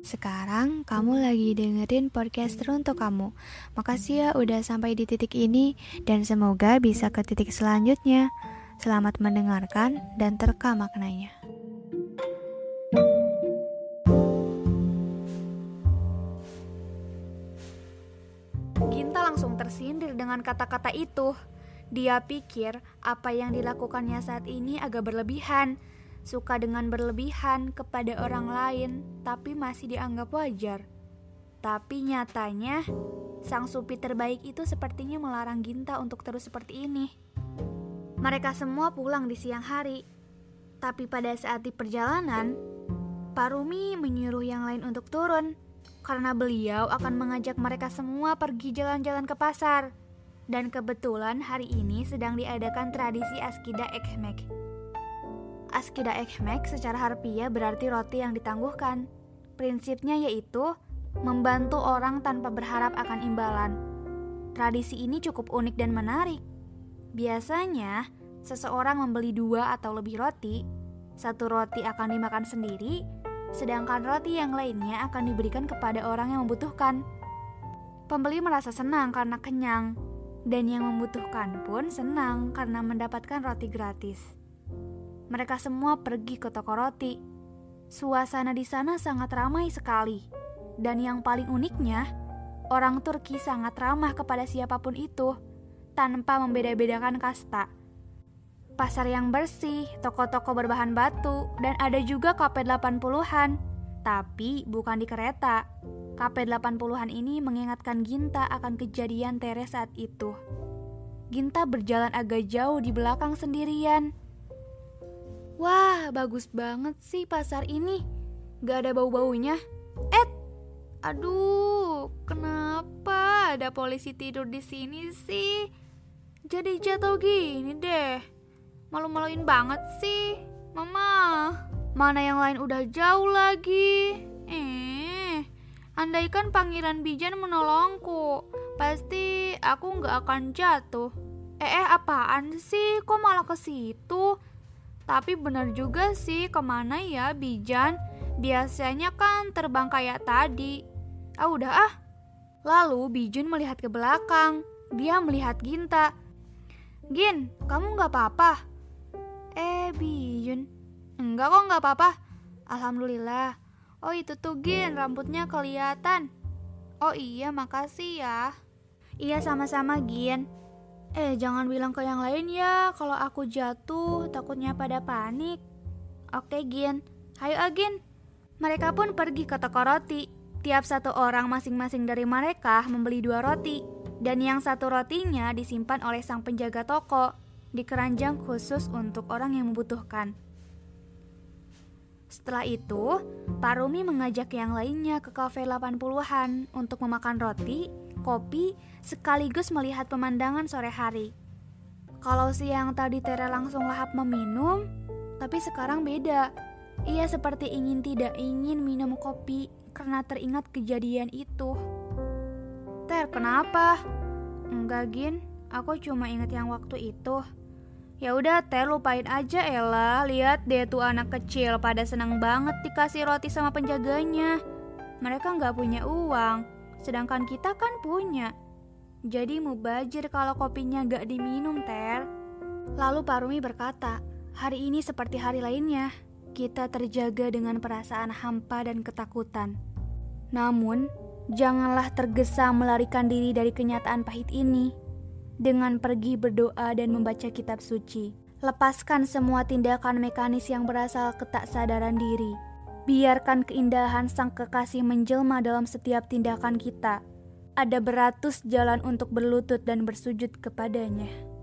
Sekarang kamu lagi dengerin podcast untuk kamu. Makasih ya udah sampai di titik ini dan semoga bisa ke titik selanjutnya. Selamat mendengarkan dan terka maknanya. Ginta langsung tersindir dengan kata-kata itu. Dia pikir apa yang dilakukannya saat ini agak berlebihan. Suka dengan berlebihan kepada orang lain, tapi masih dianggap wajar. Tapi nyatanya, sang supi terbaik itu sepertinya melarang Ginta untuk terus seperti ini. Mereka semua pulang di siang hari. Tapi pada saat di perjalanan, Pak Rumi menyuruh yang lain untuk turun, karena beliau akan mengajak mereka semua pergi jalan-jalan ke pasar. Dan kebetulan hari ini sedang diadakan tradisi Askida Ekmek. Askida Ekmek secara harfiah berarti roti yang ditangguhkan. Prinsipnya yaitu membantu orang tanpa berharap akan imbalan. Tradisi ini cukup unik dan menarik. Biasanya, seseorang membeli 2 atau lebih roti. 1 roti akan dimakan sendiri, sedangkan roti yang lainnya akan diberikan kepada orang yang membutuhkan. Pembeli merasa senang karena kenyang, dan yang membutuhkan pun senang karena mendapatkan roti gratis. Mereka semua pergi ke toko roti. Suasana di sana sangat ramai sekali. Dan yang paling uniknya, orang Turki sangat ramah kepada siapapun itu, tanpa membeda-bedakan kasta. Pasar yang bersih, toko-toko berbahan batu, dan ada juga kafe 80-an. Tapi bukan di kereta. Kafe 80-an ini mengingatkan Ginta akan kejadian Tere saat itu. Ginta berjalan agak jauh di belakang sendirian. Wah, bagus banget sih pasar ini. Gak ada bau-baunya. Aduh, kenapa ada polisi tidur di sini sih? Jadi jatuh gini deh. Malu-maluin banget sih, Mama. Mana yang lain udah jauh lagi. Andaikan Pangeran Bijan menolongku, pasti aku gak akan jatuh. Apaan sih? Kok malah ke situ? Tapi benar juga sih, kemana ya Bijan? Biasanya kan terbang kayak tadi. Udah. Lalu Bijun melihat ke belakang. Dia melihat Ginta. Gin, kamu gak apa-apa? Bijun, enggak kok gak apa-apa. Alhamdulillah. Oh itu tuh Gin, rambutnya kelihatan. Oh iya, makasih ya. Iya sama-sama Gin. Jangan bilang ke yang lain ya kalau aku jatuh, takutnya pada panik. Oke Gin, hayo Gin. Mereka pun pergi ke toko roti. Tiap satu orang masing-masing dari mereka membeli 2 roti. Dan yang 1 rotinya disimpan oleh sang penjaga toko di keranjang khusus untuk orang yang membutuhkan. Setelah itu, Pak Rumi mengajak yang lainnya ke kafe 80-an untuk memakan roti, kopi, sekaligus melihat pemandangan sore hari. Kalau siang tadi Tere langsung lahap meminum, tapi sekarang beda. Ia seperti tidak ingin minum kopi karena teringat kejadian itu. Ter, kenapa? Enggak Gin, aku cuma ingat yang waktu itu. Ya udah Ter, lupain aja Ella. Lihat deh tuh anak kecil pada senang banget dikasih roti sama penjaganya. Mereka gak punya uang, sedangkan kita kan punya. Jadi mubazir kalau kopinya gak diminum Ter. Lalu Pak Rumi berkata, hari ini seperti hari lainnya. Kita terjaga dengan perasaan hampa dan ketakutan. Namun, janganlah tergesa melarikan diri dari kenyataan pahit ini. Dengan pergi berdoa dan membaca kitab suci. Lepaskan semua tindakan mekanis yang berasal ketaksadaran diri. Biarkan keindahan sang kekasih menjelma dalam setiap tindakan kita. Ada beratus jalan untuk berlutut dan bersujud kepadanya.